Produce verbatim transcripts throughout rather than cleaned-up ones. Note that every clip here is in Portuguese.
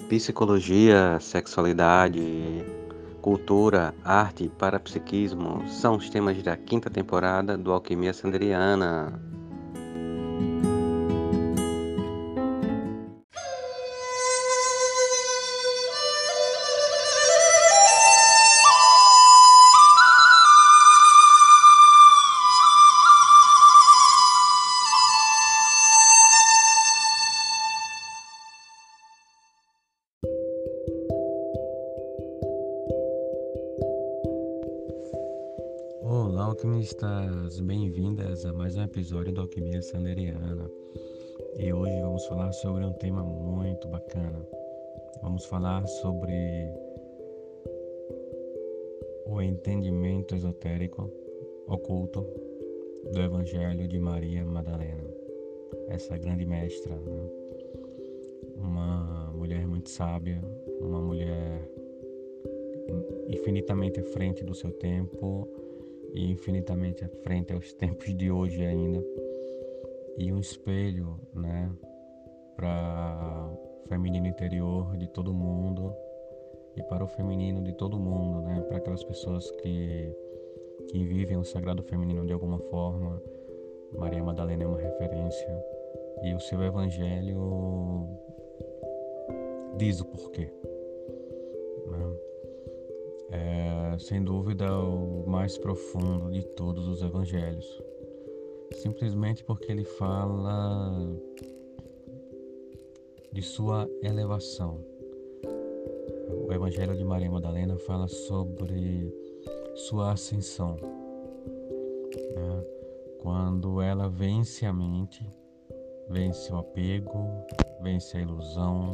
Psicologia, sexualidade, cultura, arte e parapsiquismo são os temas da quinta temporada do Alquimia Sanderiana. Olá, alquimistas! Bem-vindas a mais um episódio do Alquimia Sanderiana. E hoje vamos falar sobre um tema muito bacana. Vamos falar sobre o entendimento esotérico oculto do Evangelho de Maria Madalena. Essa grande mestra, né? Uma mulher muito sábia, uma mulher infinitamente à frente do seu tempo e infinitamente à frente aos tempos de hoje ainda, e um espelho, né, para o feminino interior de todo mundo e para o feminino de todo mundo, né, para aquelas pessoas que, que vivem o sagrado feminino de alguma forma. Maria Madalena é uma referência e o seu evangelho diz o porquê, né? É, sem dúvida, o mais profundo de todos os evangelhos, simplesmente porque ele fala de sua elevação. O Evangelho de Maria Madalena fala sobre sua ascensão, né? Quando ela vence a mente, vence o apego, vence a ilusão,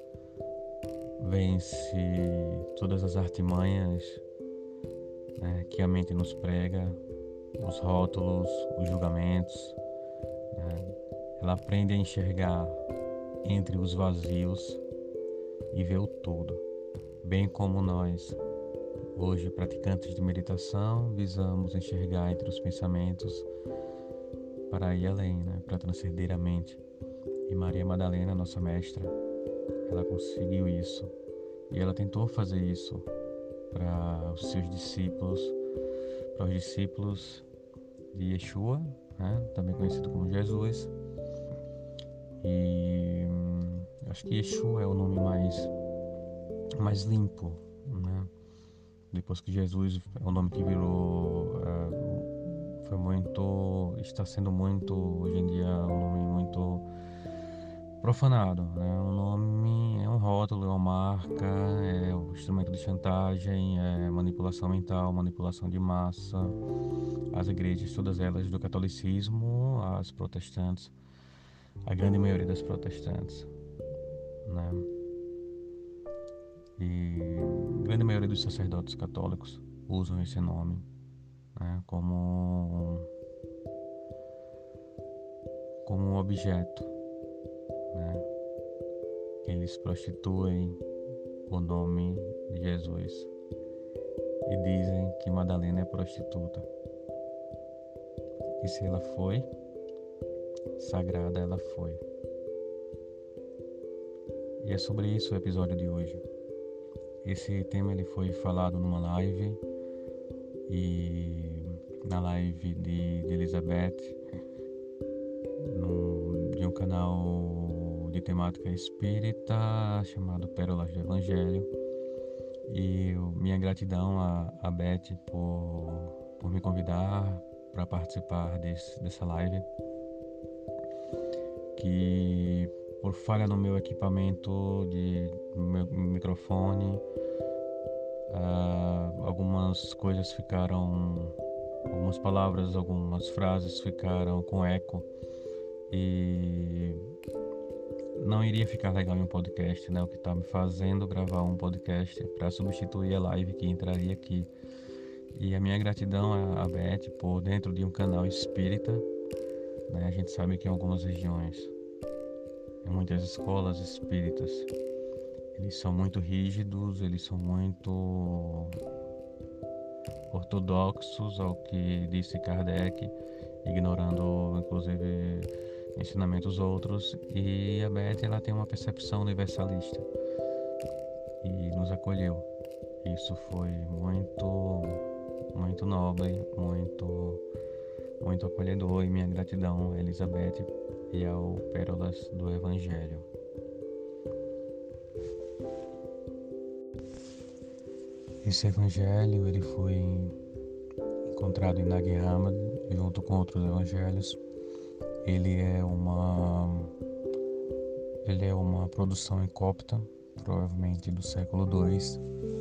vence todas as artimanhas, né, que a mente nos prega, os rótulos, os julgamentos, né? Ela aprende a enxergar entre os vazios e ver o todo, bem como nós, hoje praticantes de meditação, visamos enxergar entre os pensamentos para ir além, né, para transcender a mente. E Maria Madalena, nossa mestra, ela conseguiu isso, e ela tentou fazer isso para os seus discípulos, para os discípulos de Yeshua, né, também conhecido como Jesus. E hum, acho que Yeshua é o nome mais, mais limpo, né? Depois que Jesus é um nome que virou, é, foi muito, está sendo muito, hoje em dia, um nome muito profanado, né? Um nome, é um rótulo, é uma marca, é um instrumento de chantagem, é manipulação mental, manipulação de massa. As igrejas, todas elas, do catolicismo às protestantes, a grande maioria das protestantes, né? E a grande maioria dos sacerdotes católicos usam esse nome, né, como como um objeto, né? Eles prostituem o nome de Jesus e dizem que Madalena é prostituta. E se ela foi, sagrada ela foi. E é sobre isso o episódio de hoje. Esse tema ele foi falado numa live, e na live de, de Elizabeth, no, de um canal de temática espírita chamado Pérolas do Evangelho. E eu, minha gratidão a, a Beth por, por me convidar para participar desse, dessa live, que por falha no meu equipamento, de, no meu microfone, uh, algumas coisas ficaram, algumas palavras, algumas frases ficaram com eco, e não iria ficar legal em um podcast, né? O que está me fazendo gravar um podcast para substituir a live que entraria aqui. E a minha gratidão a Beth por, dentro de um canal espírita, né? A gente sabe que em algumas regiões, em muitas escolas espíritas, eles são muito rígidos, eles são muito ortodoxos ao que disse Kardec, ignorando inclusive ensinamentos outros. E a Beth, ela tem uma percepção universalista, nos acolheu. Isso foi muito, muito nobre, muito, muito acolhedor, e minha gratidão a Elizabeth e ao Pérolas do Evangelho. Esse evangelho ele foi encontrado em Nag Hammadi junto com outros evangelhos. Ele é uma ele é uma produção em copta, provavelmente do século dois,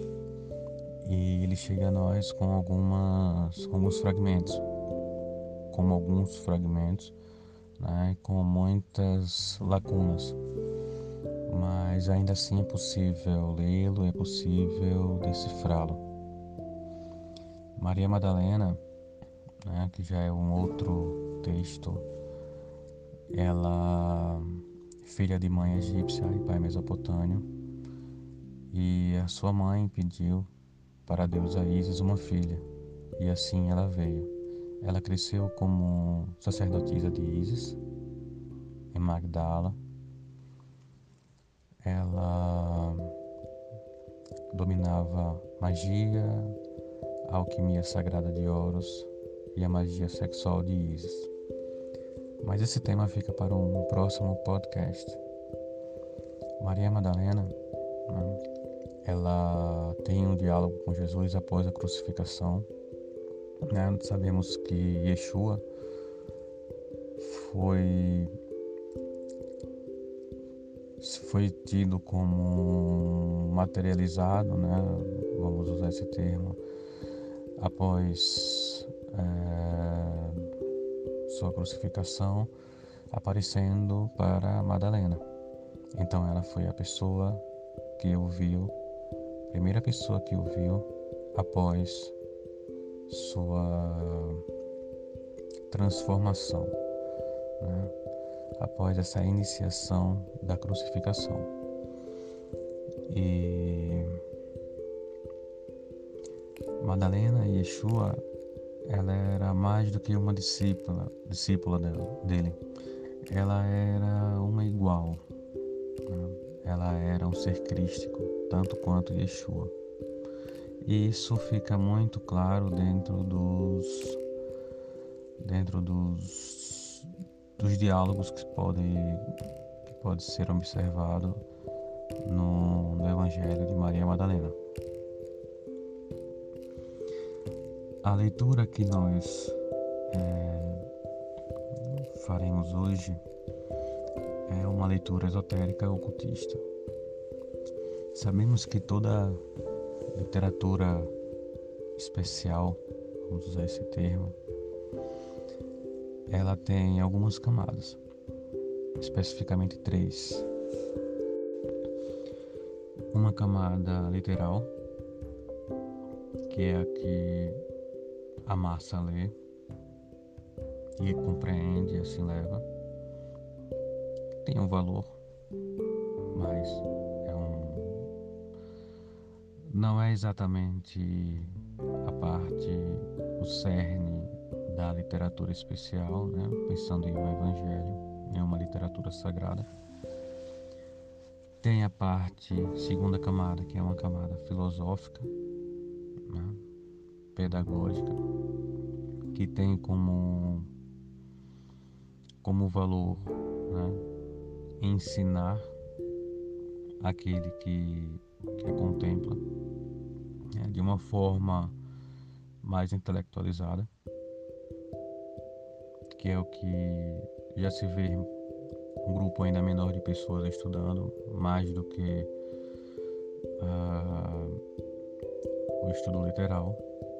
e ele chega a nós com algumas alguns fragmentos, como alguns fragmentos, né, com muitas lacunas. Mas ainda assim é possível lê-lo, é possível decifrá-lo. Maria Madalena, né, que já é um outro texto, ela filha de mãe egípcia e pai mesopotâmio, e a sua mãe pediu para a deusa Ísis uma filha, e assim ela veio. Ela cresceu como sacerdotisa de Ísis em Magdala. Ela dominava magia, a alquimia sagrada de Horus e a magia sexual de Ísis. Mas esse tema fica para um próximo podcast. Maria Madalena, né, ela tem um diálogo com Jesus após a crucificação. Né? Sabemos que Yeshua foi foi tido como materializado, né? Vamos usar esse termo, após é, sua crucificação, aparecendo para Madalena. Então ela foi a pessoa que o viu, primeira pessoa que o viu após sua transformação, né? Após essa iniciação da crucificação. E Madalena e Yeshua, ela era mais do que uma discípula, discípula dele. Ela era uma igual, né? Ela era um ser crístico, tanto quanto Yeshua. E isso fica muito claro dentro dos dentro dos dos diálogos que podem que pode ser observado no, no Evangelho de Maria Madalena. A leitura que nós é, faremos hoje é uma leitura esotérica ocultista. Sabemos que toda literatura especial, vamos usar esse termo, ela tem algumas camadas, especificamente três. Uma camada literal, que é a que a massa lê e compreende e assim leva. Tem um valor, mas é um... não é exatamente a parte, o cerne da literatura especial, né? Pensando em um evangelho, em uma literatura sagrada. Tem a parte, segunda camada, que é uma camada filosófica, né? Pedagógica, que tem como, como valor, né? Ensinar aquele que, que a contempla, né? De uma forma mais intelectualizada, que é o que já se vê um grupo ainda menor de pessoas estudando, mais do que uh, o estudo literal.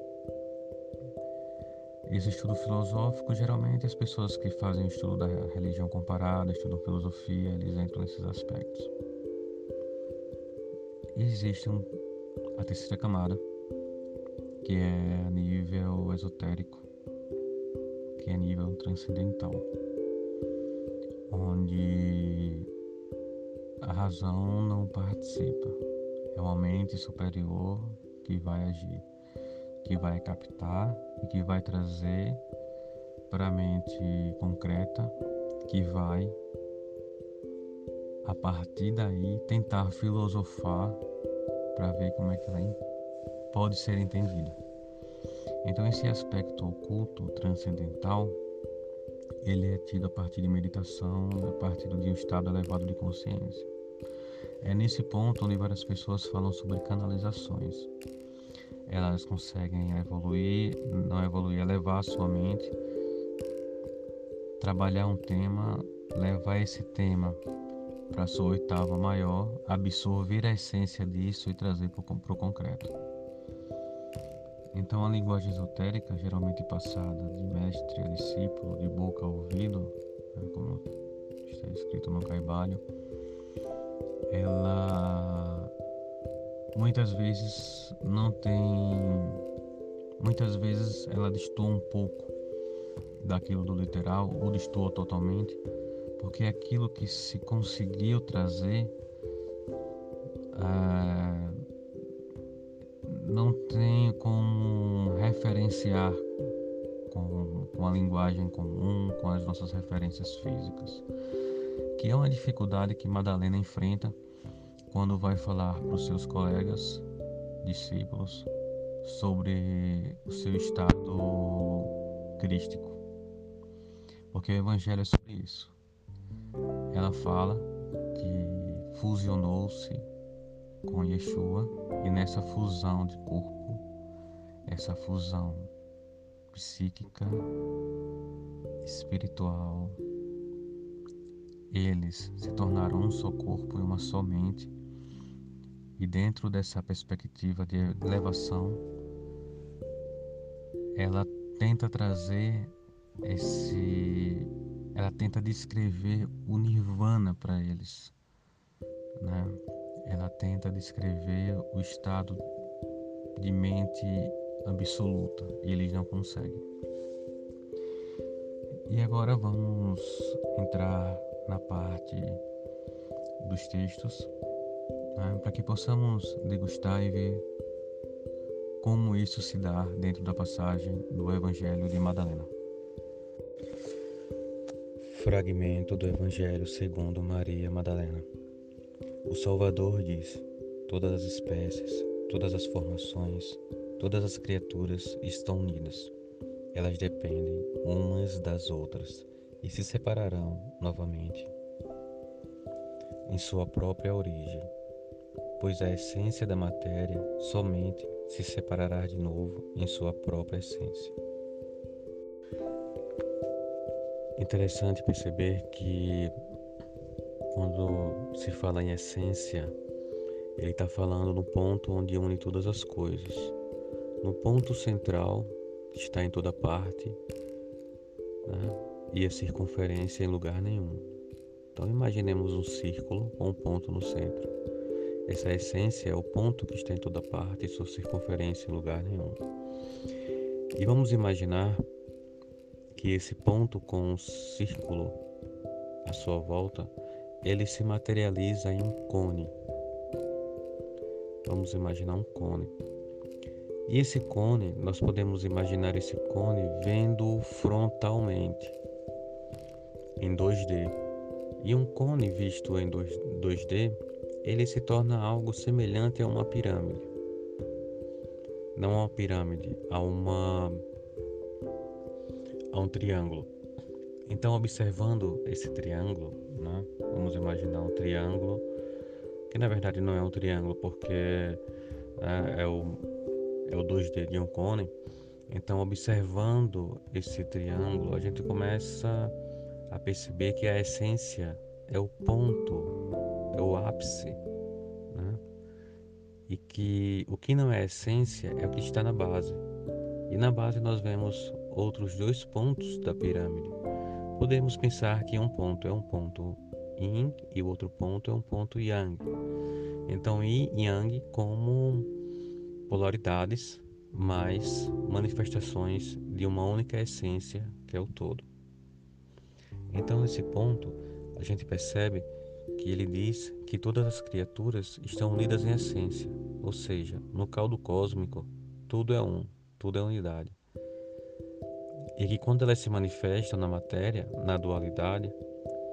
Esse estudo filosófico, geralmente as pessoas que fazem o estudo da religião comparada, estudam filosofia, eles entram nesses aspectos. E existe um, a terceira camada, que é a nível esotérico, que é nível transcendental, onde a razão não participa. É uma mente superior que vai agir, que vai captar e que vai trazer para a mente concreta, que vai, a partir daí, tentar filosofar para ver como é que ela pode ser entendida. Então esse aspecto oculto, transcendental, ele é tido a partir de meditação, a partir de um estado elevado de consciência. É nesse ponto onde várias pessoas falam sobre canalizações. Elas conseguem evoluir, não evoluir, elevar a sua mente, trabalhar um tema, levar esse tema para a sua oitava maior, absorver a essência disso e trazer para o concreto. Então a linguagem esotérica, geralmente passada de mestre a discípulo, de boca a ouvido, né, como está escrito no Kaivalho, ela muitas vezes não tem, muitas vezes ela destoa um pouco daquilo do literal, ou destoa totalmente, porque aquilo que se conseguiu trazer é, não tem como referenciar com, com a linguagem comum, com as nossas referências físicas, que é uma dificuldade que Madalena enfrenta quando vai falar para os seus colegas, discípulos, sobre o seu estado crístico, porque o Evangelho é sobre isso. Ela fala que fusionou-se com Yeshua, e nessa fusão de corpo, essa fusão psíquica, espiritual, eles se tornaram um só corpo e uma só mente. E dentro dessa perspectiva de elevação, ela tenta trazer esse, ela tenta descrever o nirvana para eles, né? Ela tenta descrever o estado de mente absoluta e eles não conseguem. E agora vamos entrar na parte dos textos, né, para que possamos degustar e ver como isso se dá dentro da passagem do Evangelho de Madalena. Fragmento do Evangelho segundo Maria Madalena. O Salvador diz: todas as espécies, todas as formações, todas as criaturas estão unidas. Elas dependem umas das outras e se separarão novamente em sua própria origem, pois a essência da matéria somente se separará de novo em sua própria essência. Interessante perceber que quando se fala em essência, ele está falando no ponto onde une todas as coisas, no ponto central que está em toda parte, né? E a circunferência em lugar nenhum. Então imaginemos um círculo com um ponto no centro. Essa essência é o ponto que está em toda parte e sua circunferência em lugar nenhum. E vamos imaginar que esse ponto com um círculo à sua volta, ele se materializa em um cone. Vamos imaginar um cone. E esse cone, nós podemos imaginar esse cone vendo frontalmente, em dois D. E um cone visto em dois D, ele se torna algo semelhante a uma pirâmide. Não a uma pirâmide, a uma a um triângulo. Então, observando esse triângulo, né, vamos imaginar um triângulo, que na verdade não é um triângulo, porque é, é, o, é o dois D de um cone. Então, observando esse triângulo, a gente começa a perceber que a essência é o ponto, é o ápice, né? E que o que não é essência é o que está na base. E na base nós vemos outros dois pontos da pirâmide. Podemos pensar que um ponto é um ponto Yin e o outro ponto é um ponto Yang. Então, Yin e Yang como polaridades, mas manifestações de uma única essência, que é o todo. Então, nesse ponto, a gente percebe que ele diz que todas as criaturas estão unidas em essência, ou seja, no caldo cósmico, tudo é um, tudo é unidade. E que quando elas se manifestam na matéria, na dualidade,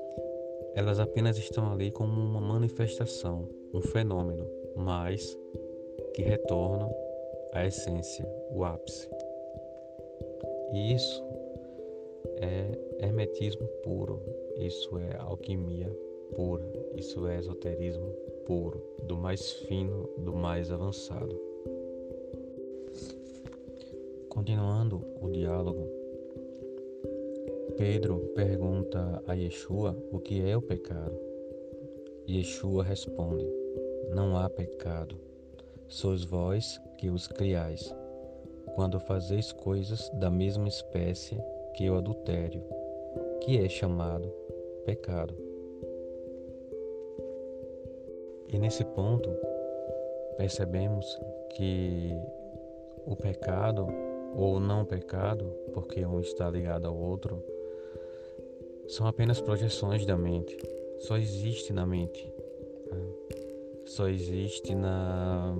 elas apenas estão ali como uma manifestação, um fenômeno, mas que retornam à essência, o ápice. E isso é hermetismo puro, isso é alquimia pura, isso é esoterismo puro, do mais fino, do mais avançado. Continuando o diálogo, Pedro pergunta a Yeshua o que é o pecado. Yeshua responde: não há pecado, sois vós que os criais, quando fazeis coisas da mesma espécie que o adultério, que é chamado pecado. E nesse ponto, percebemos que o pecado ou o não pecado, porque um está ligado ao outro, são apenas projeções da mente. Só existe na mente. Né? Só existe na,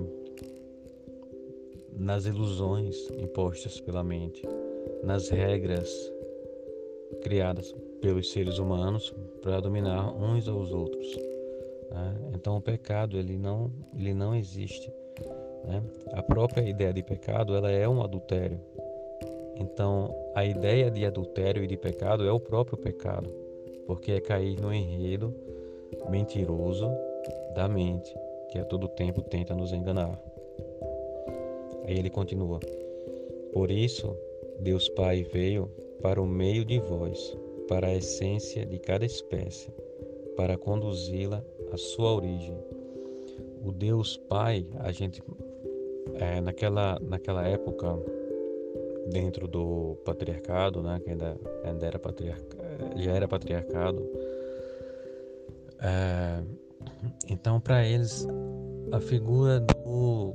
nas ilusões impostas pela mente, nas regras criadas pelos seres humanos para dominar uns aos outros. Né? Então o pecado ele não, ele não existe. Né? A própria ideia de pecado ela é um adultério. Então a ideia de adultério e de pecado é o próprio pecado, porque é cair no enredo mentiroso da mente, que a todo tempo tenta nos enganar. Aí ele continua: por isso Deus Pai veio para o meio de vós, para a essência de cada espécie, para conduzi-la à sua origem. O Deus Pai, a gente é, naquela, naquela época, dentro do patriarcado, né, que ainda, ainda era patriarca, já era patriarcado, é, então para eles a figura do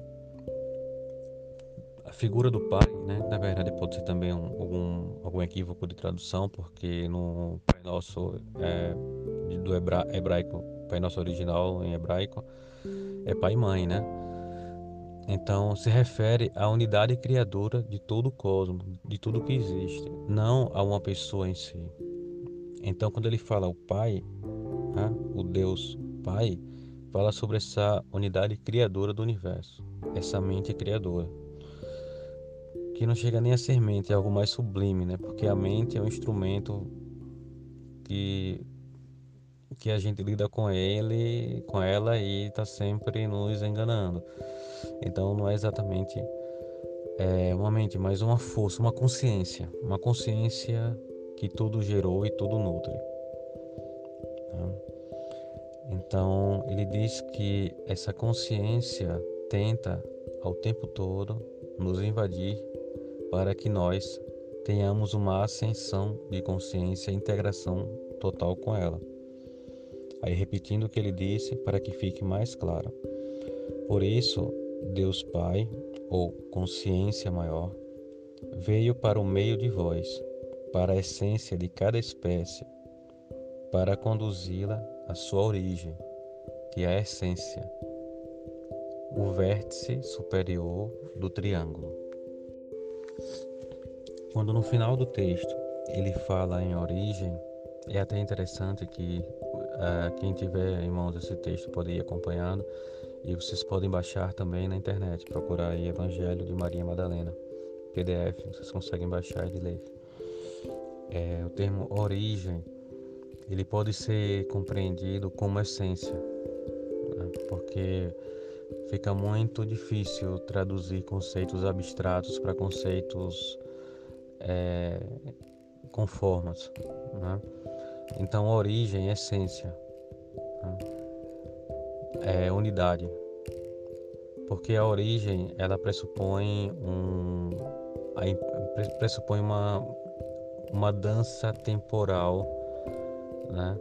a figura do pai, né, na verdade pode ser também um, algum algum equívoco de tradução, porque no Pai Nosso é, do hebra, hebraico, Pai Nosso original em hebraico é pai e mãe, né? Então se refere à unidade criadora de todo o cosmos, de tudo que existe, não a uma pessoa em si. Então quando ele fala o pai, né, o Deus Pai, fala sobre essa unidade criadora do universo, essa mente criadora, que não chega nem a ser mente, é algo mais sublime, né? Porque a mente é um instrumento que que a gente lida com ele, com ela e está sempre nos enganando. Então não é exatamente é, uma mente, mas uma força, uma consciência, uma consciência que tudo gerou e tudo nutre. Tá? Então ele diz que essa consciência tenta ao tempo todo nos invadir para que nós tenhamos uma ascensão de consciência e integração total com ela. Aí repetindo o que ele disse para que fique mais claro. Por isso, Deus Pai, ou consciência maior, veio para o meio de vós, para a essência de cada espécie, para conduzi-la à sua origem, que é a essência, o vértice superior do triângulo. Quando no final do texto ele fala em origem, é até interessante que uh, quem tiver em mãos esse texto pode ir acompanhando, e vocês podem baixar também na internet, procurar aí Evangelho de Maria Madalena, P D F, vocês conseguem baixar e ler. É, o termo origem, ele pode ser compreendido como essência, né? Porque fica muito difícil traduzir conceitos abstratos para conceitos é, com formas, né? Então, origem, essência, né? É unidade, porque a origem ela pressupõe um, a, pressupõe uma uma dança temporal, né?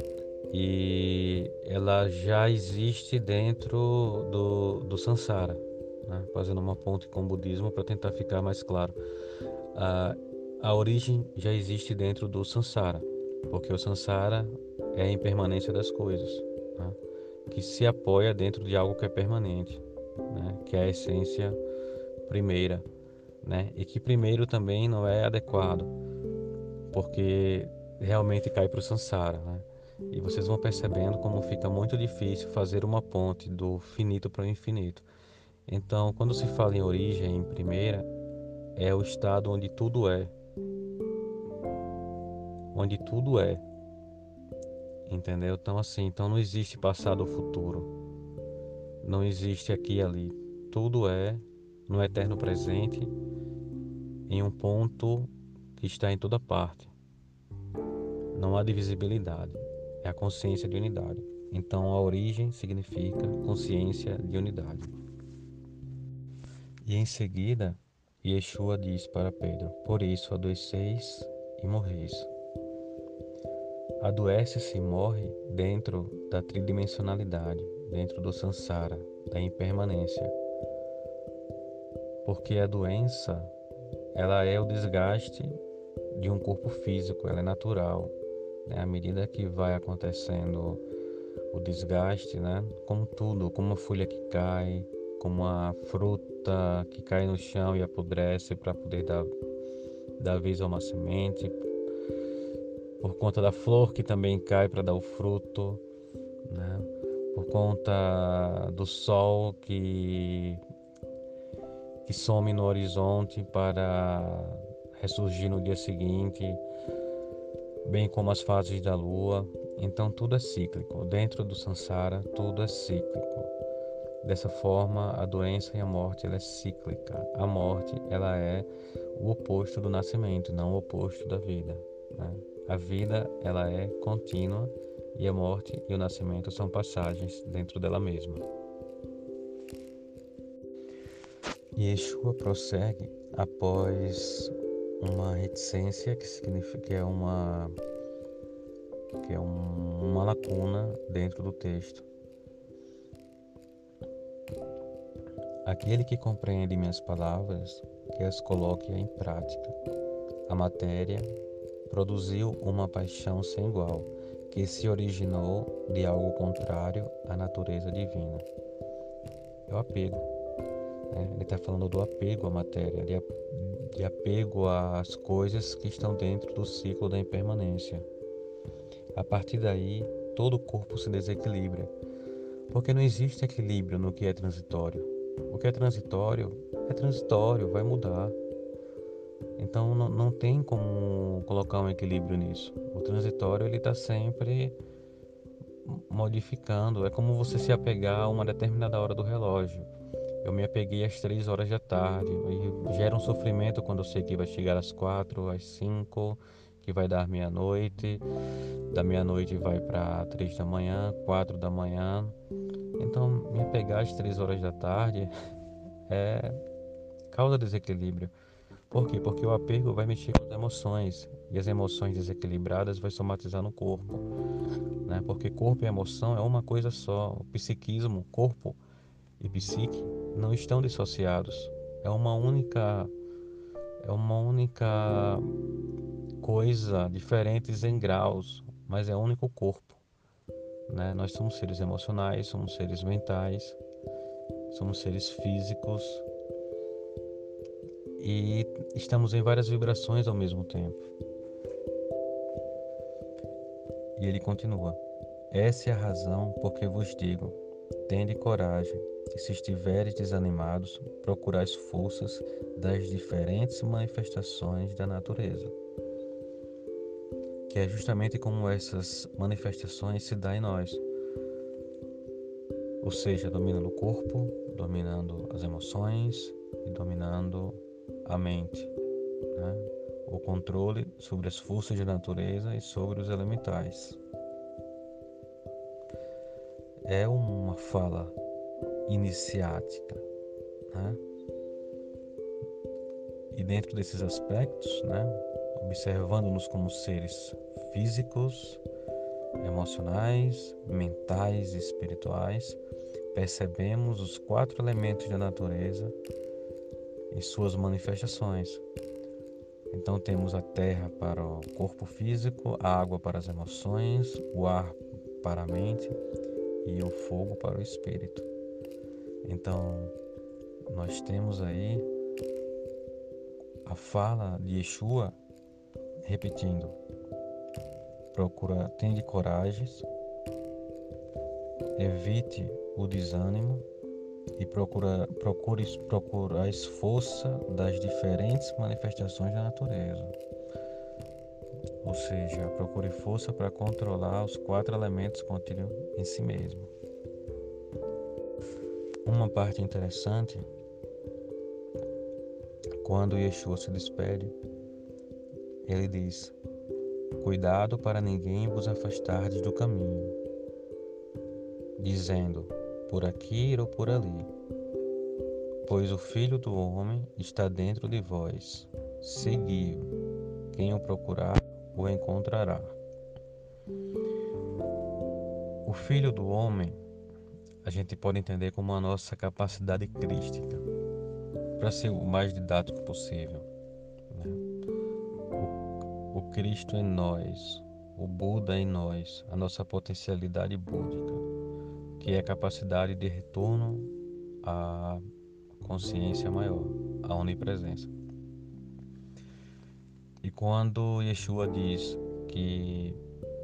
E ela já existe dentro do, do Sansara, né? Fazendo uma ponte com o budismo para tentar ficar mais claro. A, a origem já existe dentro do Sansara, porque o Sansara é a impermanência das coisas, né? Que se apoia dentro de algo que é permanente, né? Que é a essência primeira, né? E que primeiro também não é adequado, porque realmente cai para o Sansara, né? E vocês vão percebendo como fica muito difícil fazer uma ponte do finito para o infinito. Então, quando se fala em origem, em primeira, é o estado onde tudo é, onde tudo é, entendeu? Então, assim, então não existe passado ou futuro, não existe aqui e ali, tudo é no eterno presente, em um ponto que está em toda parte. Não há divisibilidade, é a consciência de unidade. Então, a origem significa consciência de unidade. E em seguida, Yeshua diz para Pedro: por isso adoeceis e morreis. Adoece-se e morre dentro da tridimensionalidade, dentro do samsara, da impermanência. Porque a doença, ela é o desgaste de um corpo físico, ela é natural, né? À medida que vai acontecendo o desgaste, né? Como tudo, como uma folha que cai, como a fruta que cai no chão e apodrece para poder dar, dar vez a uma semente, por conta da flor que também cai para dar o fruto, né? Por conta do sol que, que some no horizonte para ressurgir no dia seguinte, bem como as fases da lua. Então tudo é cíclico. Dentro do samsara, tudo é cíclico. Dessa forma, a doença e a morte, ela é cíclica. A morte, ela é o oposto do nascimento, não o oposto da vida, né? A vida, ela é contínua e a morte e o nascimento são passagens dentro dela mesma. E Yeshua prossegue após uma reticência que significa que é uma que é um, uma lacuna dentro do texto. Aquele que compreende minhas palavras, que as coloque em prática. A matéria produziu uma paixão sem igual, que se originou de algo contrário à natureza divina. É o apego, né? Ele está falando do apego à matéria, de, de apego às coisas que estão dentro do ciclo da impermanência. A partir daí, todo o corpo se desequilibra, porque não existe equilíbrio no que é transitório. O que é transitório é transitório, vai mudar. Então não, não tem como colocar um equilíbrio nisso. O transitório ele está sempre modificando. É como você se apegar a uma determinada hora do relógio. Eu me apeguei às três horas da tarde e gera um sofrimento quando eu sei que vai chegar às quatro, às cinco, que vai dar meia-noite. Da meia-noite vai para três da manhã, quatro da manhã. Então me apegar às três horas da tarde é causa desequilíbrio. Por quê? Porque o apego vai mexer com as emoções e as emoções desequilibradas vai somatizar no corpo, né? Porque corpo e emoção é uma coisa só. O psiquismo, corpo e psique não estão dissociados. É uma única, é uma única coisa, diferentes em graus, mas é um único corpo, né? Nós somos seres emocionais, somos seres mentais, somos seres físicos. E estamos em várias vibrações ao mesmo tempo. E ele continua: essa é a razão por que vos digo, tende coragem, e se estiveres desanimados, procurai as forças das diferentes manifestações da natureza. Que é justamente como essas manifestações se dão em nós. Ou seja, dominando o corpo, dominando as emoções e dominando a mente, né? O controle sobre as forças da natureza e sobre os elementais. É uma fala iniciática, né? E dentro desses aspectos, né, observando-nos como seres físicos, emocionais, mentais e espirituais, percebemos os quatro elementos da natureza em suas manifestações. Então temos a terra para o corpo físico, a água para as emoções, o ar para a mente e o fogo para o espírito. Então nós temos aí a fala de Yeshua repetindo: procura, tende coragem, evite o desânimo, e procura, procure procurar força das diferentes manifestações da natureza. Ou seja, procure força para controlar os quatro elementos contidos em si mesmo. Uma parte interessante, quando Yeshua se despede, ele diz: cuidado para ninguém vos afastardes do caminho, dizendo, por aqui ou por ali, pois o Filho do Homem está dentro de vós. Segui-o, quem o procurar o encontrará. O Filho do Homem a gente pode entender como a nossa capacidade crística, para ser o mais didático possível, né? o, o Cristo em nós, o Buda em nós, a nossa potencialidade búdica, que é a capacidade de retorno à consciência maior, à onipresença. E quando Yeshua diz que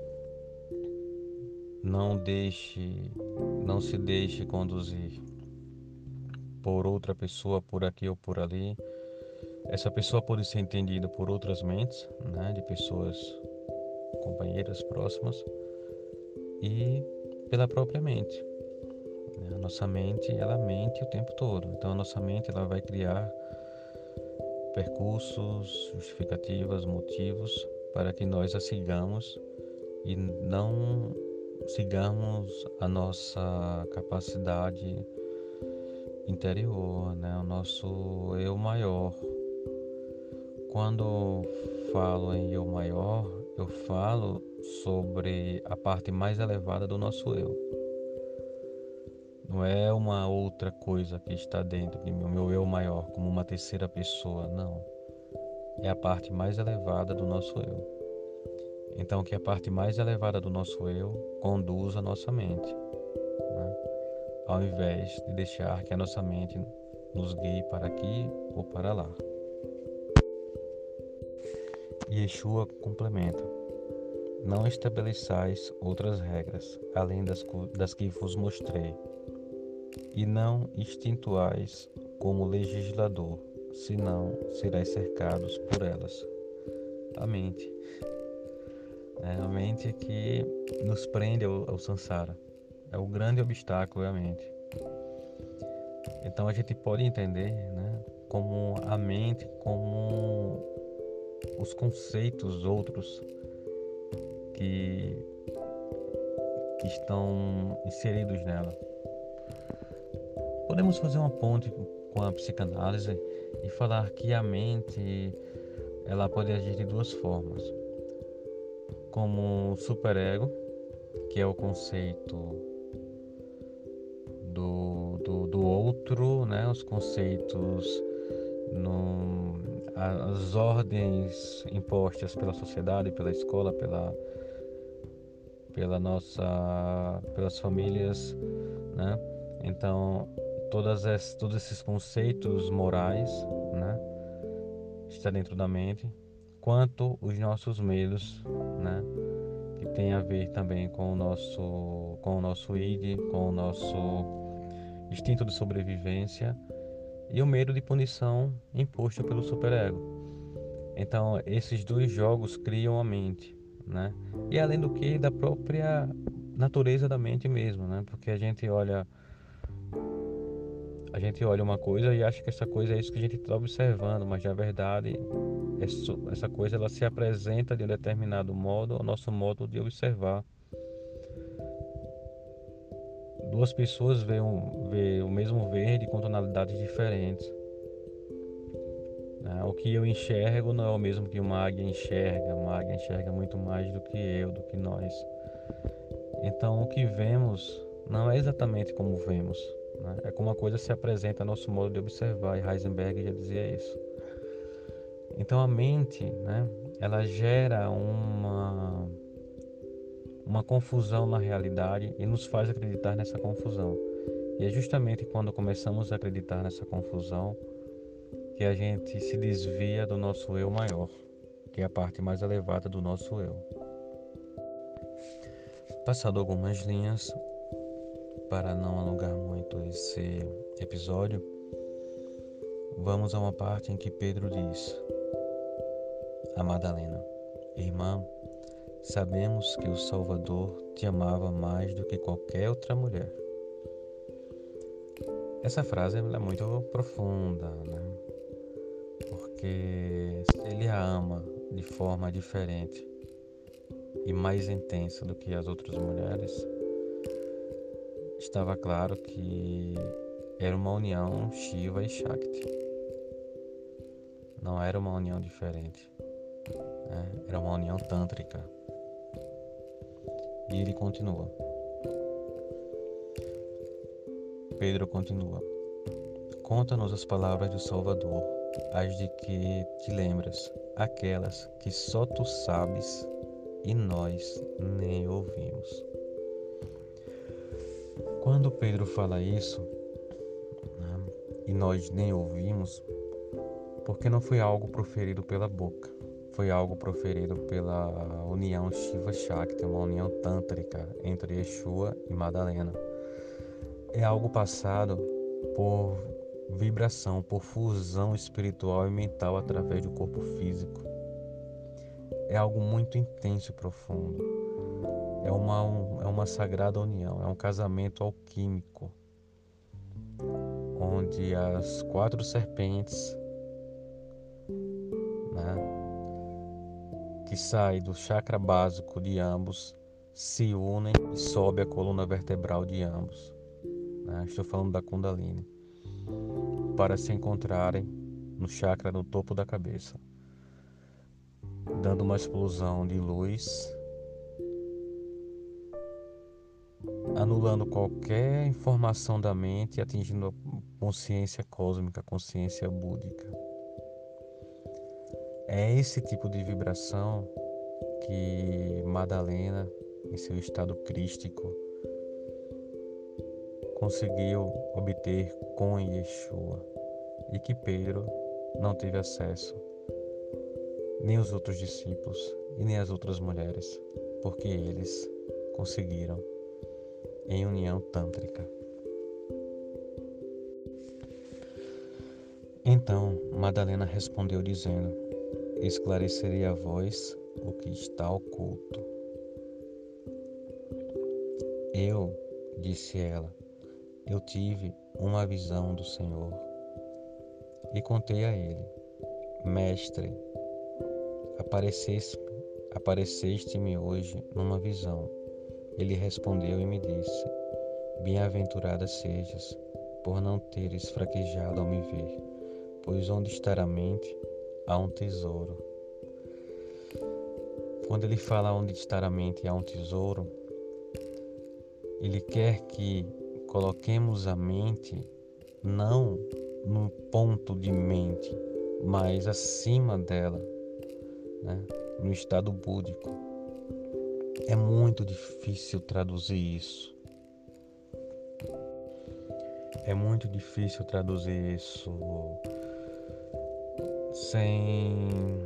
não deixe, não se deixe conduzir por outra pessoa, por aqui ou por ali, essa pessoa pode ser entendida por outras mentes, né, de pessoas companheiras próximas, e pela própria mente. A nossa mente, ela mente o tempo todo. Então a nossa mente, ela vai criar percursos, justificativas, motivos para que nós a sigamos e não sigamos a nossa capacidade interior, né? O nosso eu maior. Quando falo em eu maior, eu falo sobre a parte mais elevada do nosso eu. Não é uma outra coisa que está dentro de mim, o meu eu maior, como uma terceira pessoa, não. É a parte mais elevada do nosso eu. Então, que a parte mais elevada do nosso eu conduza a nossa mente, né? Ao invés de deixar que a nossa mente nos guie para aqui ou para lá. E Yeshua complementa: não estabeleçais outras regras, além das, das que vos mostrei, e não instituais como legislador, senão serás cercados por elas. A mente. É a mente que nos prende ao, ao samsara. É o grande obstáculo, é a mente. Então a gente pode entender, né, como a mente, como os conceitos outros que, que estão inseridos nela. Podemos fazer uma ponte com a psicanálise e falar que a mente, ela pode agir de duas formas. Como superego, que é o conceito do, do, do outro, né? Os conceitos, no, as ordens impostas pela sociedade, pela escola, pela, pela nossa, pelas famílias, né? Então, todas esses, todos esses conceitos morais, né, está dentro da mente, quanto os nossos medos, né, que tem a ver também com o nosso, com o nosso id, com o nosso instinto de sobrevivência e o medo de punição imposto pelo superego. Então, esses dois jogos criam a mente, né? E além do que, da própria natureza da mente mesmo, né? Porque a gente olha a gente olha uma coisa e acha que essa coisa é isso que a gente está observando, mas na verdade essa coisa ela se apresenta de um determinado modo ao nosso modo de observar. Duas pessoas veem, um, veem o mesmo verde com tonalidades diferentes. O que eu enxergo não é o mesmo que uma águia enxerga. Uma águia enxerga muito mais do que eu, do que nós. Então o que vemos não é exatamente como vemos, né? É como a coisa se apresenta a nosso modo de observar, e Heisenberg já dizia isso. Então a mente, né, ela gera uma, uma confusão na realidade e nos faz acreditar nessa confusão. E é justamente quando começamos a acreditar nessa confusão que a gente se desvia do nosso eu maior, que é a parte mais elevada do nosso eu. Passado algumas linhas, para não alongar muito esse episódio, vamos a uma parte em que Pedro diz a Madalena: Irmã, sabemos que o Salvador te amava mais do que qualquer outra mulher. Essa frase é muito profunda, né? Porque se ele a ama de forma diferente e mais intensa do que as outras mulheres, estava claro que era uma união Shiva e Shakti. Não era uma união diferente, né? Era uma união tântrica. E ele continua. Pedro continua. Conta-nos as palavras do Salvador, as de que te lembras, aquelas que só tu sabes e nós nem ouvimos. Quando Pedro fala isso, né, e nós nem ouvimos, porque não foi algo proferido pela boca, foi algo proferido pela união Shiva-Shakti, uma união tântrica entre Yeshua e Madalena. É algo passado por vibração, por fusão espiritual e mental através do corpo físico. É algo muito intenso e profundo. É uma, um, é uma sagrada união, é um casamento alquímico, onde as quatro serpentes, né, que saem do chakra básico de ambos se unem e sobe a coluna vertebral de ambos. Né? Estou falando da Kundalini, para se encontrarem no chakra no topo da cabeça, dando uma explosão de luz, anulando qualquer informação da mente e atingindo a consciência cósmica, a consciência búdica. É esse tipo de vibração que Madalena, em seu estado crístico, conseguiu obter com Yeshua e que Pedro não teve acesso, nem os outros discípulos e nem as outras mulheres, porque eles conseguiram em união tântrica. Então Madalena respondeu dizendo: esclarecerei a vós o que está oculto. Eu, disse ela, eu tive uma visão do Senhor e contei a ele: Mestre, apareceste, apareceste-me hoje numa visão. Ele respondeu e me disse: bem-aventurada sejas, por não teres fraquejado ao me ver, pois onde está a mente, há um tesouro. Quando ele fala onde está a mente, há um tesouro, ele quer que coloquemos a mente não no ponto de mente, mas acima dela, né? No estado búdico. É muito difícil traduzir isso. É muito difícil traduzir isso sem,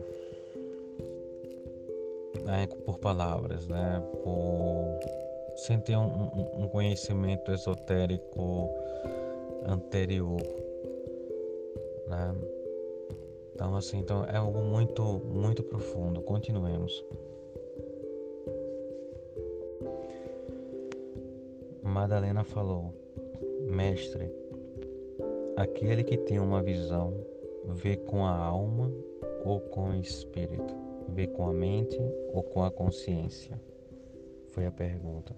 né, por palavras, né? Por, sem ter um, um, um conhecimento esotérico anterior, né? Então, assim, então é algo muito, muito profundo. Continuemos. Madalena falou: Mestre, aquele que tem uma visão vê com a alma ou com o espírito? Vê com a mente ou com a consciência? Foi a pergunta.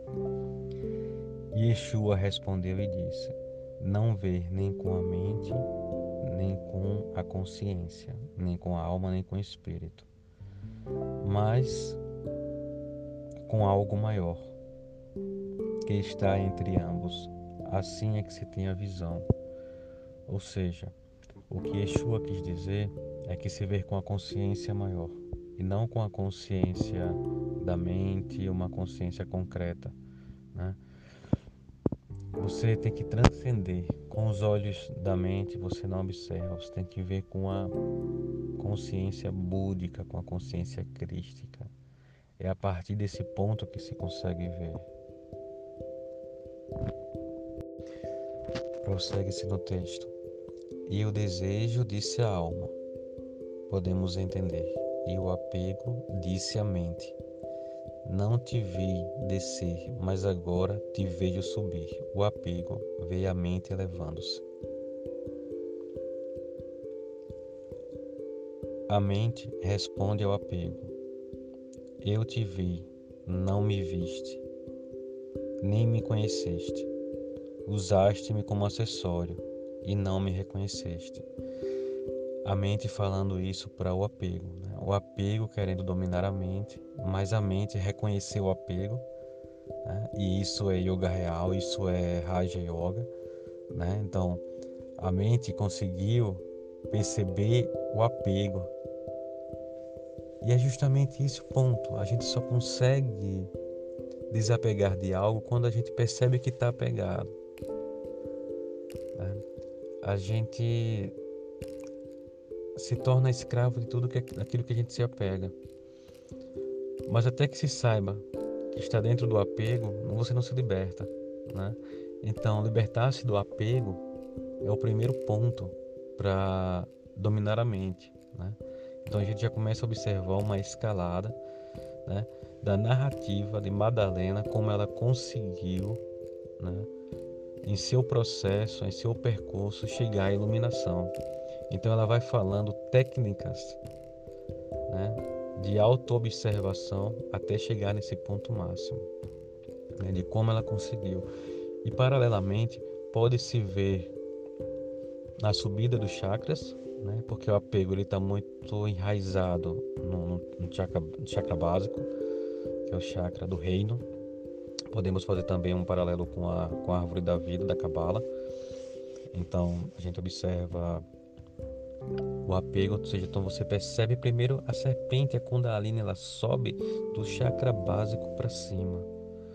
Yeshua respondeu e disse: não vê nem com a mente, nem com a consciência, nem com a alma, nem com o espírito, mas com algo maior, que está entre ambos. Assim é que se tem a visão. Ou seja, o que Yeshua quis dizer é que se vê com a consciência maior, e não com a consciência da mente, uma consciência concreta, né? Você tem que transcender. Com os olhos da mente você não observa, você tem que ver com a consciência búdica, com a consciência crística. É a partir desse ponto que se consegue ver. Prossegue-se no texto. E o desejo disse a alma, podemos entender, e o apego disse a mente. Não te vi descer, mas agora te vejo subir. O apego veio à mente elevando-se. A mente responde ao apego. Eu te vi, não me viste, nem me conheceste. Usaste-me como acessório e não me reconheceste. A mente falando isso para o apego, né? O apego querendo dominar a mente, mas a mente reconheceu o apego, né? E isso é yoga real, isso é Raja Yoga, né? Então a mente conseguiu perceber o apego. E é justamente esse o ponto. A gente só consegue desapegar de algo quando a gente percebe que está apegado, né? A gente se torna escravo de tudo que, aquilo que a gente se apega. Mas até que se saiba que está dentro do apego, você não se liberta, né? Então, libertar-se do apego é o primeiro ponto para dominar a mente, né? Então a gente já começa a observar uma escalada, né, da narrativa de Madalena, como ela conseguiu, né, em seu processo, em seu percurso, chegar à iluminação. Então ela vai falando técnicas, né, de autoobservação até chegar nesse ponto máximo, né, de como ela conseguiu. E paralelamente pode-se ver na subida dos chakras, né, porque o apego está muito enraizado no, no, chakra, no chakra básico, que é o chakra do reino. Podemos fazer também um paralelo com a, com a árvore da vida da Cabala. Então a gente observa o apego, ou seja, então você percebe primeiro a serpente, a Kundalini, ela sobe do chakra básico para cima.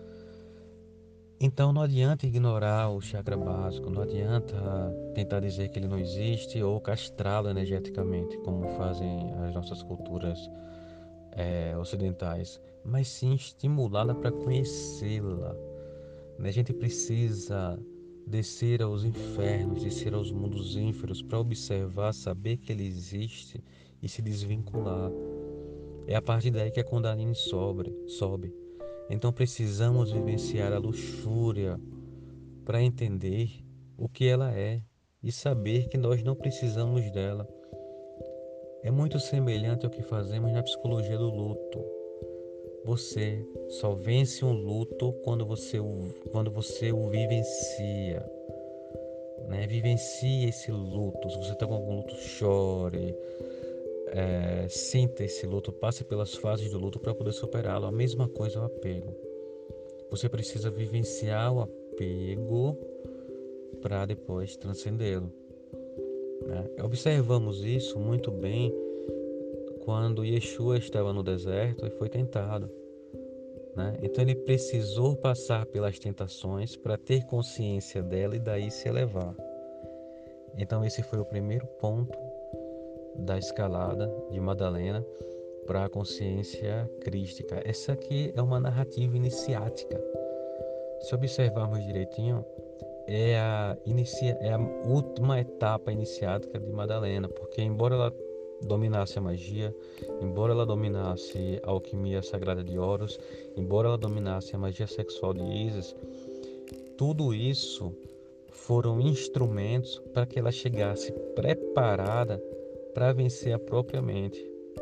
Então não adianta ignorar o chakra básico, não adianta tentar dizer que ele não existe ou castrá-lo energeticamente, como fazem as nossas culturas é, ocidentais, mas sim estimulá-la para conhecê-la. A gente precisa descer aos infernos, descer aos mundos ínferos para observar, saber que ele existe e se desvincular. É a partir daí que a Kundalini sobe. sobe. Então precisamos vivenciar a luxúria para entender o que ela é e saber que nós não precisamos dela. É muito semelhante ao que fazemos na psicologia do luto. Você só vence um luto quando você o, quando você o vivencia, né? Vivencie esse luto. Se você está com algum luto, chore, é, sinta esse luto, passe pelas fases do luto para poder superá-lo. A mesma coisa é o apego. Você precisa vivenciar o apego para depois transcendê-lo, né? Observamos isso muito bem quando Yeshua estava no deserto e foi tentado, né? Então ele precisou passar pelas tentações para ter consciência dela e daí se elevar. Então esse foi o primeiro ponto da escalada de Madalena para a consciência crística. Essa aqui é uma narrativa iniciática. Se observarmos direitinho, é a, inicia, é a última etapa iniciática de Madalena, porque embora ela dominasse a magia, embora ela dominasse a alquimia sagrada de Horus, embora ela dominasse a magia sexual de Isis, tudo isso foram instrumentos para que ela chegasse preparada para vencer a própria mente,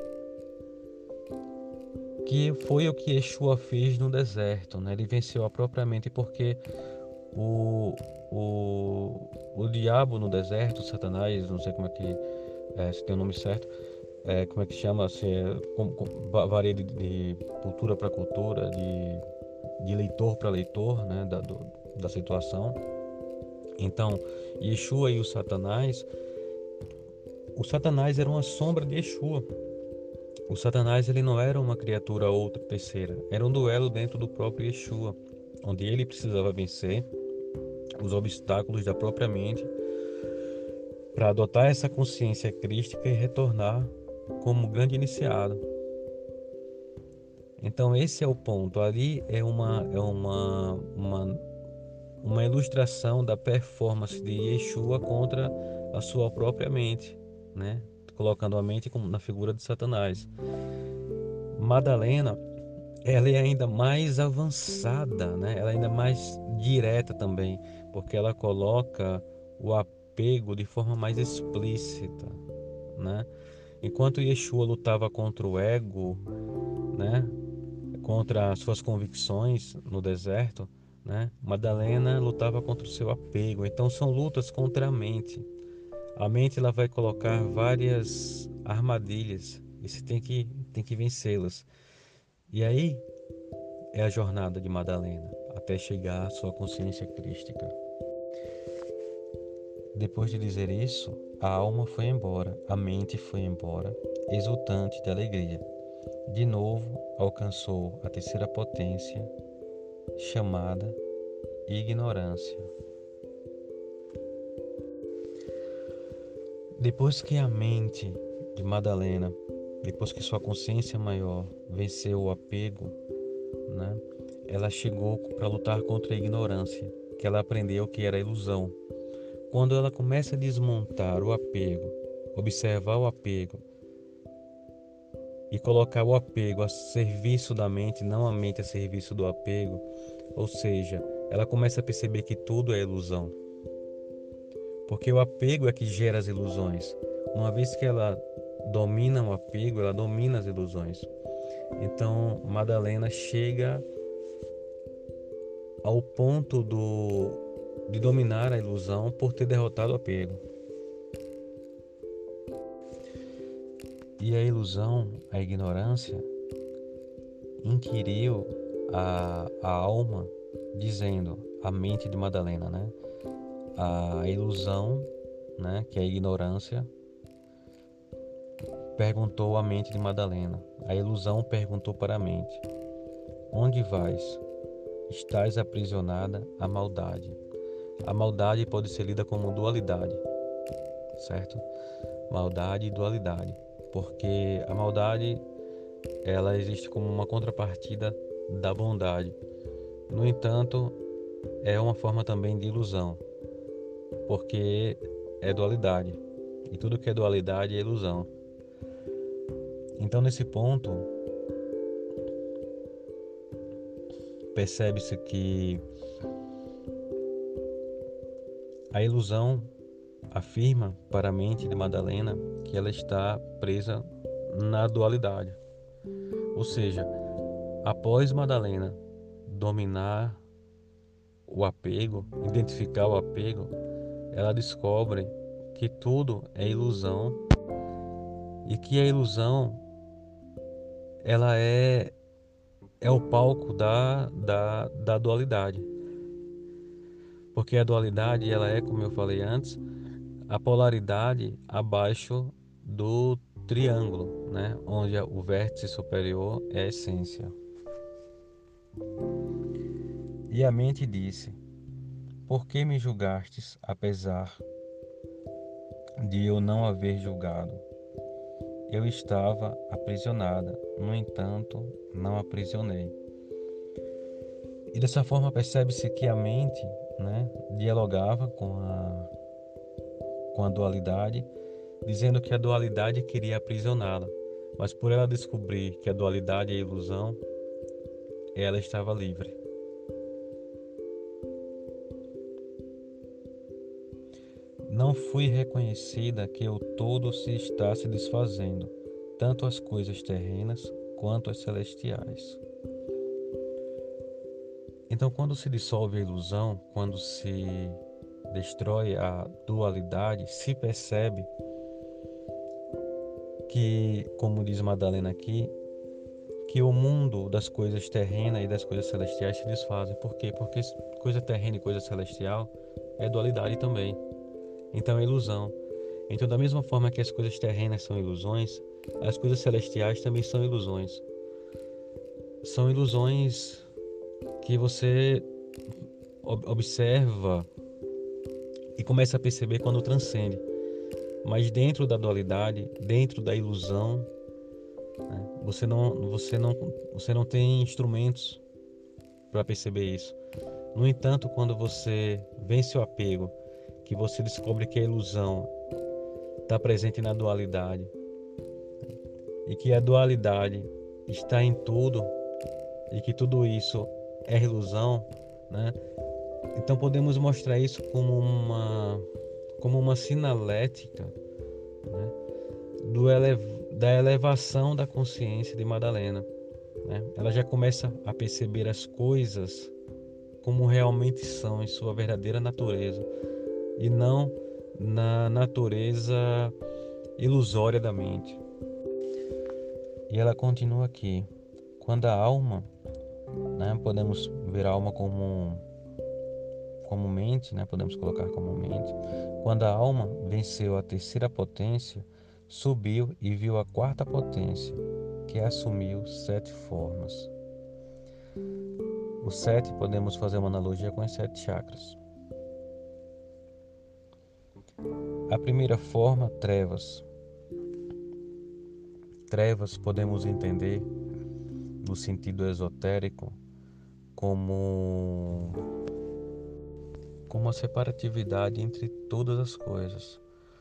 que foi o que Yeshua fez no deserto, né? Ele venceu a própria mente porque o, o, o diabo no deserto, Satanás, não sei como é que é, se tem o nome certo, é, como é que chama, se é, com, com, varia de, de cultura para cultura, de, de leitor para leitor, né, da, do, da situação. Então, Yeshua e o Satanás, o Satanás era uma sombra de Yeshua. O Satanás, ele não era uma criatura outra, terceira, era um duelo dentro do próprio Yeshua, onde ele precisava vencer os obstáculos da própria mente para adotar essa consciência crística e retornar como grande iniciado. Então esse é o ponto. Ali é uma é uma uma uma ilustração da performance de Yeshua contra a sua própria mente, né? Colocando a mente como na figura de Satanás. Madalena, ela é ainda mais avançada, né? Ela é ainda mais direta também, porque ela coloca o apego de forma mais explícita, né? Enquanto Yeshua lutava contra o ego, né? Contra as suas convicções no deserto, né? Madalena lutava contra o seu apego. Então são lutas contra a mente. A mente ela vai colocar várias armadilhas e você tem que tem que vencê-las. E aí é a jornada de Madalena até chegar à sua consciência crística. Depois de dizer isso, a alma foi embora, a mente foi embora, exultante de alegria. De novo alcançou a terceira potência, chamada ignorância. Depois que a mente de Madalena, depois que sua consciência maior venceu o apego, né, ela chegou para lutar contra a ignorância, que ela aprendeu que era ilusão. Quando ela começa a desmontar o apego, observar o apego e colocar o apego a serviço da mente, não a mente a serviço do apego, ou seja, ela começa a perceber que tudo é ilusão. Porque o apego é que gera as ilusões. Uma vez que ela domina o apego, ela domina as ilusões. Então, Madalena chega ao ponto do, de dominar a ilusão por ter derrotado o apego. E a ilusão, a ignorância, inquiriu a, a alma, dizendo, a mente de Madalena, né? A ilusão, né, que é a ignorância, perguntou à mente de Madalena. A ilusão perguntou para a mente: onde vais? Estás aprisionada à maldade. A maldade pode ser lida como dualidade, certo? Maldade e dualidade, porque a maldade ela existe como uma contrapartida da bondade. No entanto, é uma forma também de ilusão, porque é dualidade, e tudo que é dualidade é ilusão. Então, nesse ponto, percebe-se que a ilusão afirma para a mente de Madalena que ela está presa na dualidade. Ou seja, após Madalena dominar o apego, identificar o apego, ela descobre que tudo é ilusão e que a ilusão ela é, é o palco da, da, da dualidade. Porque a dualidade ela é, como eu falei antes, a polaridade abaixo do triângulo, né? Onde o vértice superior é a essência. E a mente disse: por que me julgastes, apesar de eu não haver julgado? Eu estava aprisionada, no entanto, não aprisionei. E dessa forma percebe-se que a mente, né, dialogava com a, com a dualidade, dizendo que a dualidade queria aprisioná-la, mas por ela descobrir que a dualidade é ilusão, ela estava livre. Não fui reconhecida que o todo se está se desfazendo, tanto as coisas terrenas quanto as celestiais. Então, quando se dissolve a ilusão, quando se destrói a dualidade, se percebe que, como diz Madalena aqui, que o mundo das coisas terrenas e das coisas celestiais se desfazem. Por quê? Porque coisa terrena e coisa celestial é dualidade também. Então é ilusão. Então, da mesma forma que as coisas terrenas são ilusões, as coisas celestiais também são ilusões. São ilusões que você observa e começa a perceber quando transcende. Mas dentro da dualidade, dentro da ilusão, né, você não, você não, você não tem instrumentos para perceber isso. No entanto, quando você vence o apego, que você descobre que a ilusão está presente na dualidade e que a dualidade está em tudo e que tudo isso é ilusão, né? Então podemos mostrar isso como uma como uma sinalética, né? Do elev da elevação da consciência de Madalena, né? Ela já começa a perceber as coisas como realmente são em sua verdadeira natureza e não na natureza ilusória da mente. E ela continua aqui: quando a alma, né, podemos ver a alma como como mente, né, podemos colocar como mente. Quando a alma venceu a terceira potência, subiu e viu a quarta potência, que assumiu sete formas. Os sete, podemos fazer uma analogia com os sete chakras. A primeira forma, trevas. Trevas podemos entender, no sentido esotérico, como, como a separatividade entre todas as coisas.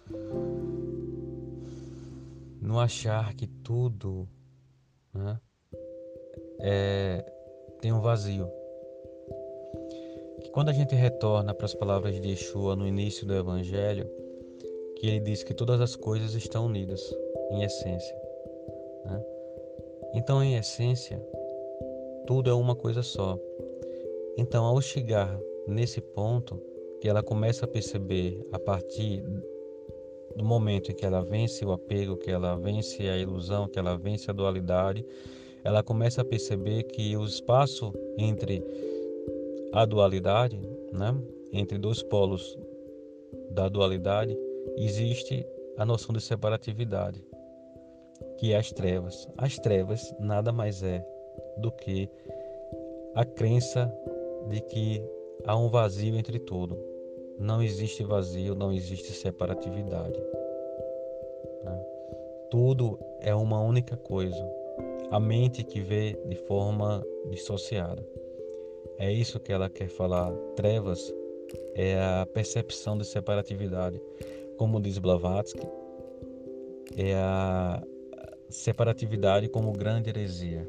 No achar que tudo, né, é, tem um vazio. Que quando a gente retorna para as palavras de Yeshua no início do Evangelho, que ele diz que todas as coisas estão unidas em essência, né? Então, em essência, tudo é uma coisa só. Então, ao chegar nesse ponto, que ela começa a perceber a partir do momento em que ela vence o apego, que ela vence a ilusão, que ela vence a dualidade, ela começa a perceber que o espaço entre a dualidade, né, entre dois polos da dualidade, existe a noção de separatividade, que é as trevas. As trevas nada mais é do que a crença de que há um vazio entre tudo. Não existe vazio, não existe separatividade, né? Tudo é uma única coisa. A mente que vê de forma dissociada. É isso que ela quer falar. Trevas é a percepção de separatividade. Como diz Blavatsky, é a separatividade como grande heresia.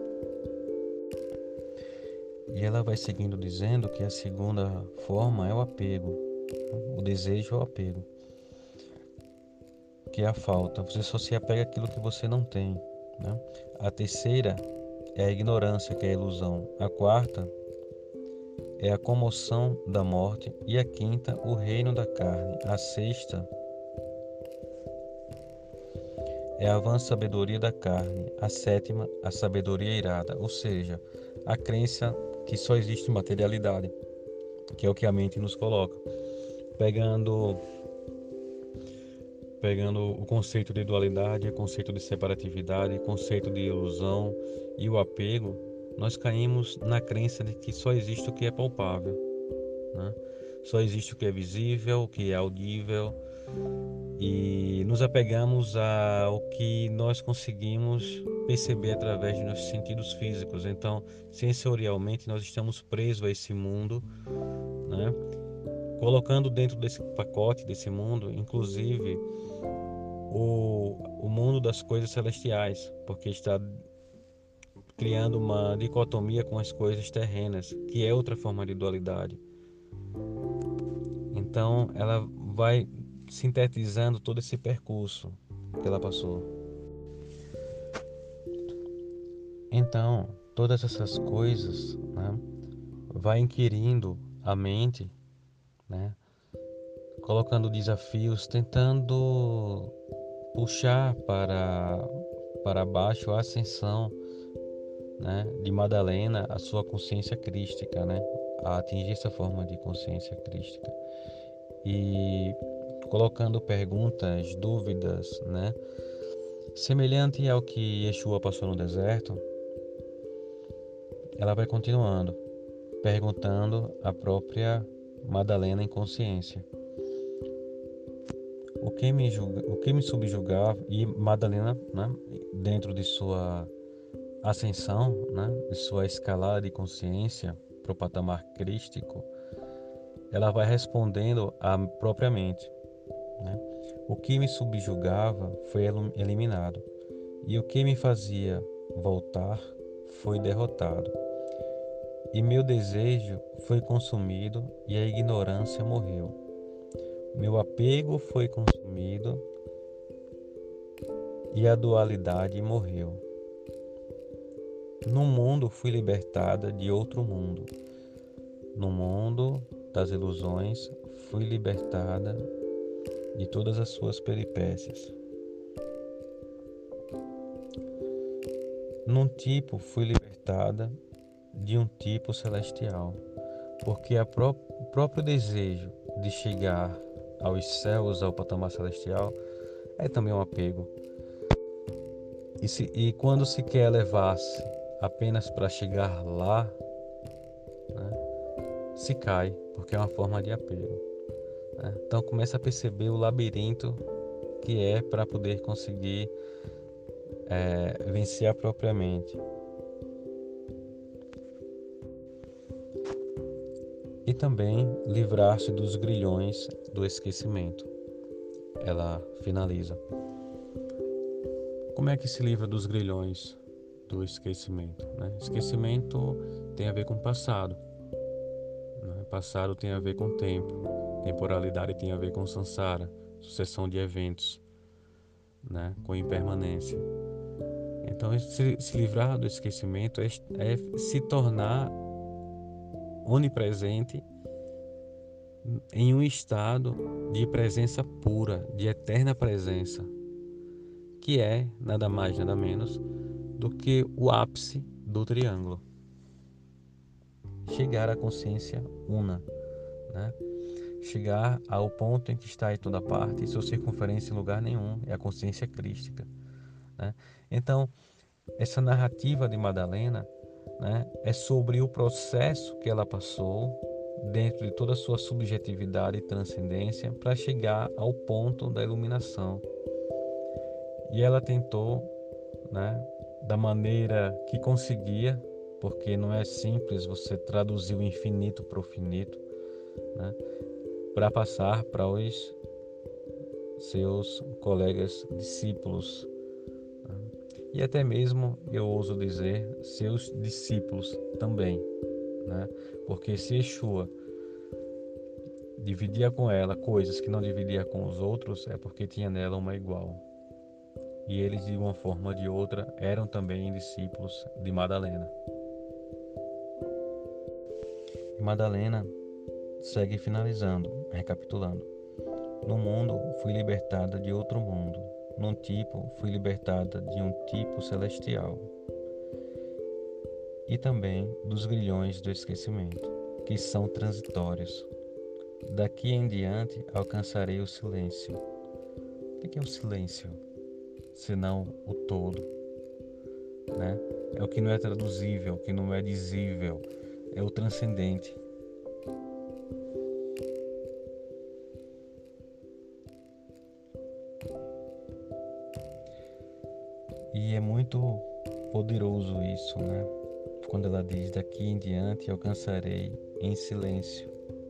E ela vai seguindo dizendo que a segunda forma é o apego. O desejo é o apego, que é a falta. Você só se apega àquilo que você não tem, né? A terceira é a ignorância, que é a ilusão. A quarta é a comoção da morte. E a quinta, o reino da carne. A sexta é a vã sabedoria da carne. A sétima, a sabedoria irada, ou seja, a crença que só existe materialidade, que é o que a mente nos coloca. Pegando, pegando o conceito de dualidade, o conceito de separatividade, o conceito de ilusão e o apego, nós caímos na crença de que só existe o que é palpável, né? Só existe o que é visível, o que é audível, e nos apegamos ao que nós conseguimos perceber através dos nossos sentidos físicos. Então, sensorialmente, nós estamos presos a esse mundo, né? Colocando dentro desse pacote, desse mundo, inclusive o, o mundo das coisas celestiais, porque está criando uma dicotomia com as coisas terrenas, que é outra forma de dualidade. Então, ela vai sintetizando todo esse percurso que ela passou. Então, todas essas coisas, né, vai inquirindo a mente, né, colocando desafios, tentando puxar para, para baixo a ascensão, né, de Madalena, a sua consciência crística, né, a atingir essa forma de consciência crística. E colocando perguntas, dúvidas, né, semelhante ao que Yeshua passou no deserto. Ela vai continuando, perguntando à própria Madalena em consciência: o que me julga, o que me subjugava? E Madalena, né, dentro de sua ascensão, né, de sua escalada de consciência, para o patamar crístico, ela vai respondendo a própria mente, né? O que me subjugava foi eliminado, e o que me fazia voltar foi derrotado. E meu desejo foi consumido e a ignorância morreu. Meu apego foi consumido e a dualidade morreu. No mundo fui libertada de outro mundo. No mundo das ilusões fui libertada de todas as suas peripécias. Num tipo fui libertada de um tipo celestial, porque a pró- o próprio desejo de chegar aos céus, ao patamar celestial, é também um apego. E, se, e quando se quer elevar-se apenas para chegar lá, né, se cai, porque é uma forma de apego, né? Então começa a perceber o labirinto que é para poder conseguir é, vencer a própria mente. E também livrar-se dos grilhões do esquecimento. Ela finaliza. Como é que se livra dos grilhões do esquecimento, né? Esquecimento tem a ver com passado, né? Passado tem a ver com tempo. Temporalidade tem a ver com samsara, sucessão de eventos, né? Com impermanência. Então, se, se livrar do esquecimento é, é se tornar onipresente em um estado de presença pura, de eterna presença, que é nada mais, nada menos do que o ápice do triângulo. Chegar à consciência una, né? Chegar ao ponto em que está em toda parte e sua circunferência em lugar nenhum, é a consciência crística, né? Então, essa narrativa de Madalena, né, é sobre o processo que ela passou dentro de toda a sua subjetividade e transcendência para chegar ao ponto da iluminação. E ela tentou, né, da maneira que conseguia, porque não é simples você traduzir o infinito para o finito, né, para passar para os seus colegas discípulos, né, e até mesmo, eu ouso dizer, seus discípulos também, né, porque se Yeshua dividia com ela coisas que não dividia com os outros, é porque tinha nela uma igual. E eles, de uma forma ou de outra, eram também discípulos de Madalena. E Madalena segue finalizando, recapitulando. No mundo fui libertada de outro mundo. Num tipo fui libertada de um tipo celestial. E também dos grilhões do esquecimento, que são transitórios. Daqui em diante alcançarei o silêncio. O que é o silêncio? Senão o todo, né? É o que não é traduzível, o que não é dizível, é o transcendente. E é muito poderoso isso, né? Quando ela diz, daqui em diante alcançarei em silêncio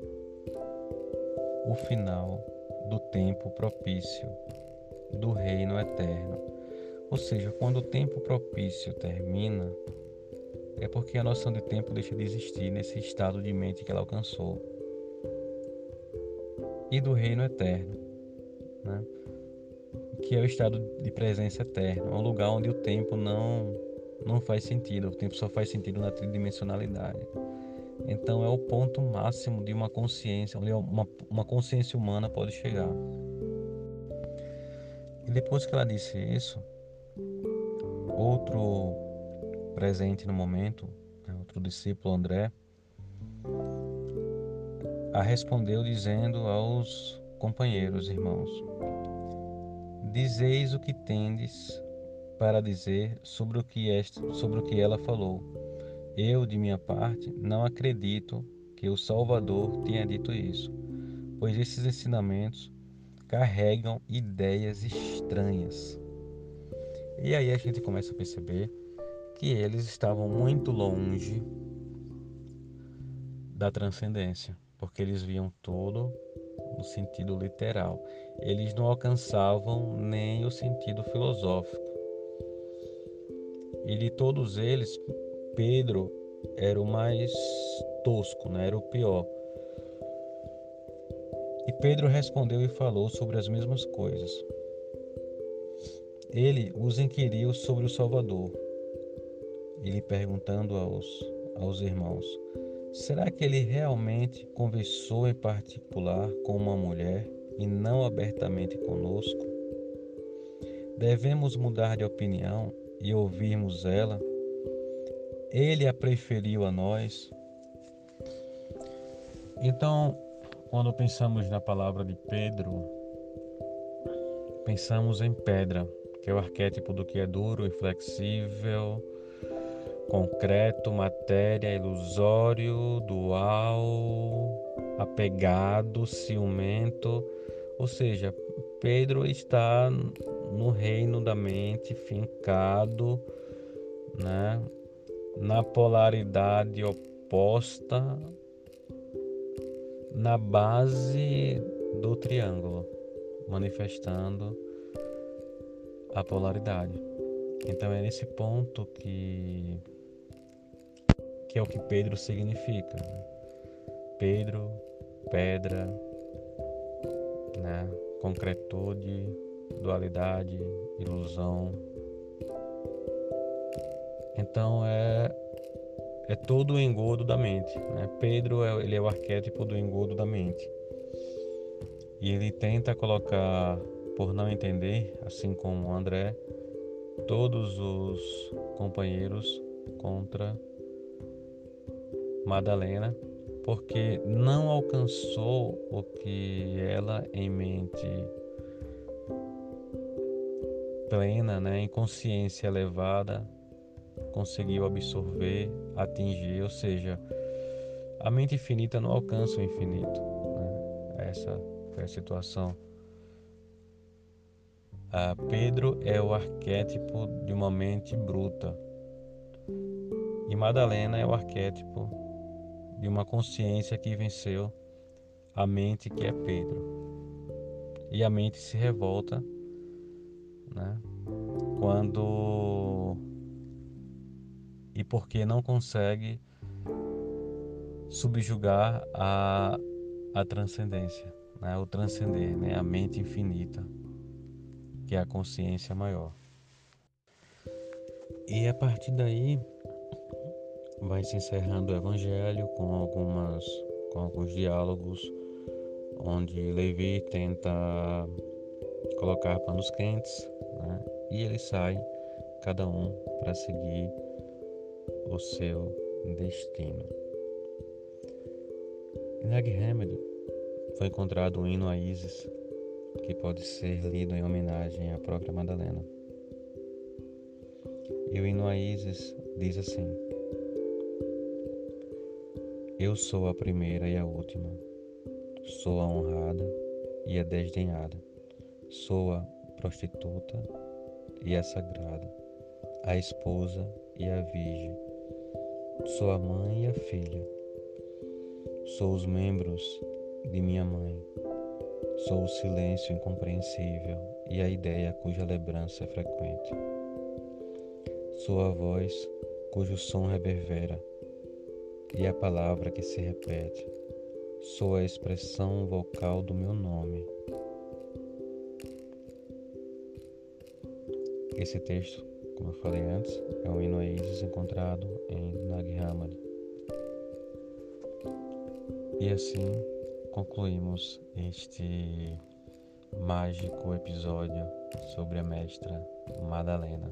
o final do tempo propício do reino eterno. Ou seja, quando o tempo propício termina, é porque a noção de tempo deixa de existir nesse estado de mente que ela alcançou. E do reino eterno, né? Que é o estado de presença eterna, é um lugar onde o tempo não, não faz sentido, o tempo só faz sentido na tridimensionalidade. Então é o ponto máximo de uma consciência, onde uma, uma consciência humana pode chegar. E depois que ela disse isso, outro presente no momento, outro discípulo, André, a respondeu dizendo aos companheiros, irmãos: dizeis o que tendes para dizer sobre o que esta, sobre o que ela falou. Eu, de minha parte, não acredito que o Salvador tenha dito isso, pois esses ensinamentos carregam ideias estranhas. E aí a gente começa a perceber que eles estavam muito longe da transcendência, porque eles viam tudo no sentido literal. Eles não alcançavam nem o sentido filosófico. E de todos eles, Pedro era o mais tosco, né? Era o pior. E Pedro respondeu e falou sobre as mesmas coisas. Ele os inquiriu sobre o Salvador, ele perguntando aos, aos irmãos: será que ele realmente conversou em particular com uma mulher e não abertamente conosco? Devemos mudar de opinião e ouvirmos ela? Ele a preferiu a nós? Então, quando pensamos na palavra de Pedro, pensamos em pedra, que é o arquétipo do que é duro, inflexível, concreto, matéria, ilusório, dual, apegado, ciumento. Ou seja, Pedro está no reino da mente, fincado, né, na polaridade oposta, na base do triângulo, manifestando a polaridade. Então é nesse ponto que, que é o que Pedro significa. Pedro, pedra, né? Concretude, dualidade, ilusão. Então é, é todo o engodo da mente, né? Pedro é, ele é o arquétipo do engodo da mente. E ele tenta colocar, por não entender, assim como André, todos os companheiros contra Madalena, porque não alcançou o que ela, em mente plena, né, em consciência elevada, conseguiu absorver, atingir. Ou seja, a mente infinita não alcança o infinito, né? Essa foi a situação. Ah, Pedro é o arquétipo de uma mente bruta e Madalena é o arquétipo de uma consciência que venceu a mente, que é Pedro. E a mente se revolta, né, quando e porque não consegue subjugar a, a transcendência, né, o transcender, né, a mente infinita, que é a consciência maior. E a partir daí vai se encerrando o Evangelho com algumas com alguns diálogos onde Levi tenta colocar panos quentes, né? E eles saem, cada um para seguir o seu destino. Em Nag Hammadi foi encontrado um hino a Ísis que pode ser lido em homenagem à própria Madalena. E o hino a Ísis diz assim: eu sou a primeira e a última, sou a honrada e a desdenhada, sou a prostituta e a sagrada, a esposa e a virgem, sou a mãe e a filha, sou os membros de minha mãe, sou o silêncio incompreensível e a ideia cuja lembrança é frequente, sou a voz cujo som reverbera e a palavra que se repete, sou a expressão vocal do meu nome. Esse texto, como eu falei antes, é um hino a Ísis encontrado em Nag Hammadi. E assim concluímos este mágico episódio sobre a mestra Madalena.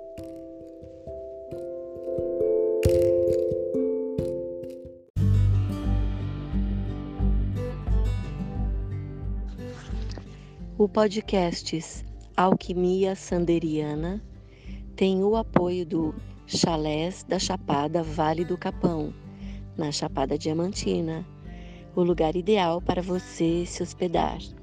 O podcast Alquimia Sanderiana tem o apoio do Chalés da Chapada Vale do Capão, na Chapada Diamantina, o lugar ideal para você se hospedar.